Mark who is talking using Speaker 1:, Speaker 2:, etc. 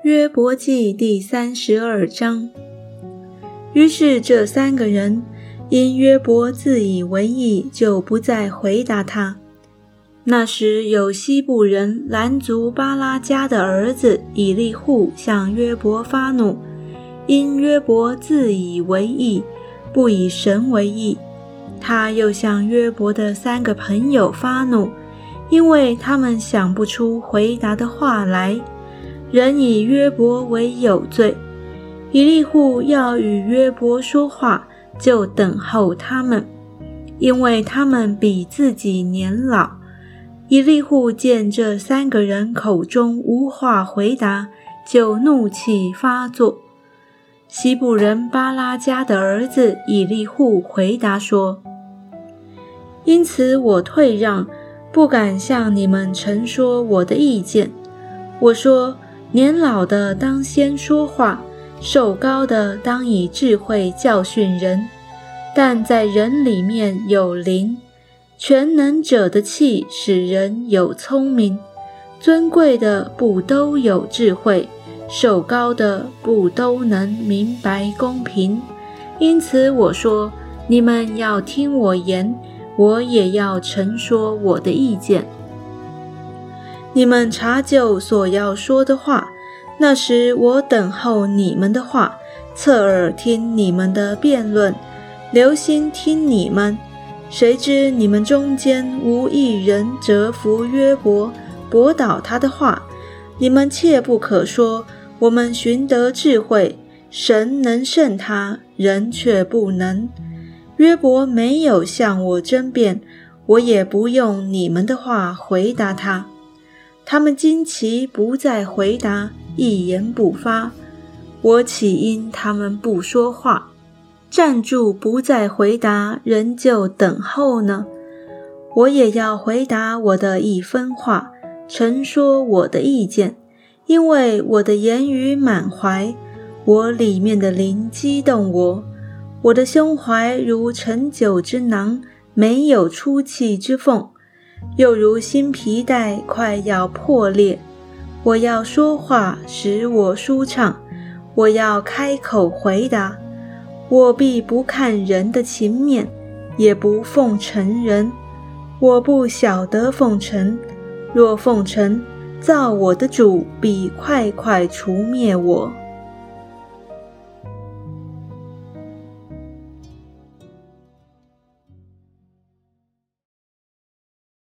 Speaker 1: 约伯记第32章。于是这3个人因约伯自以为义，就不再回答他。那时有西布人兰族巴拉迦的儿子以利户向约伯发怒，因约伯自以为义，不以神为义。他又向约伯的3个朋友发怒，因为他们想不出回答的话来，仍以约伯为有罪。以利户要与约伯说话，就等候他们，因为他们比自己年老。以利户见这3个人口中无话回答，就怒气发作。西布人巴拉迦的儿子以利户回答说：因此我退让，不敢向你们陈说我的意见。我说，年老的当先说话，寿高的当以智慧教训人。但在人里面有灵，全能者的气使人有聪明。尊贵的不都有智慧，寿高的不都能明白公平。因此我说，你们要听我言，我也要陈说我的意见。你们查究所要说的话，那时我等候你们的话，侧耳听你们的辩论，留心听你们。谁知你们中间无一人折服约伯，驳倒他的话。你们切不可说，我们寻得智慧，神能胜他，人却不能。约伯没有向我争辩，我也不用你们的话回答他。他们惊奇，不再回答，一言不发。我岂因他们不说话，站住不再回答，仍旧等候呢？我也要回答我的一分话，陈说我的意见，因为我的言语满怀，我里面的灵激动我，我的胸怀如陈酒之囊，没有出气之缝，又如新皮带快要破裂。我要说话，使我舒畅，我要开口回答。我必不看人的情面，也不奉承人。我不晓得奉承，若奉承，造我的主必快快除灭我。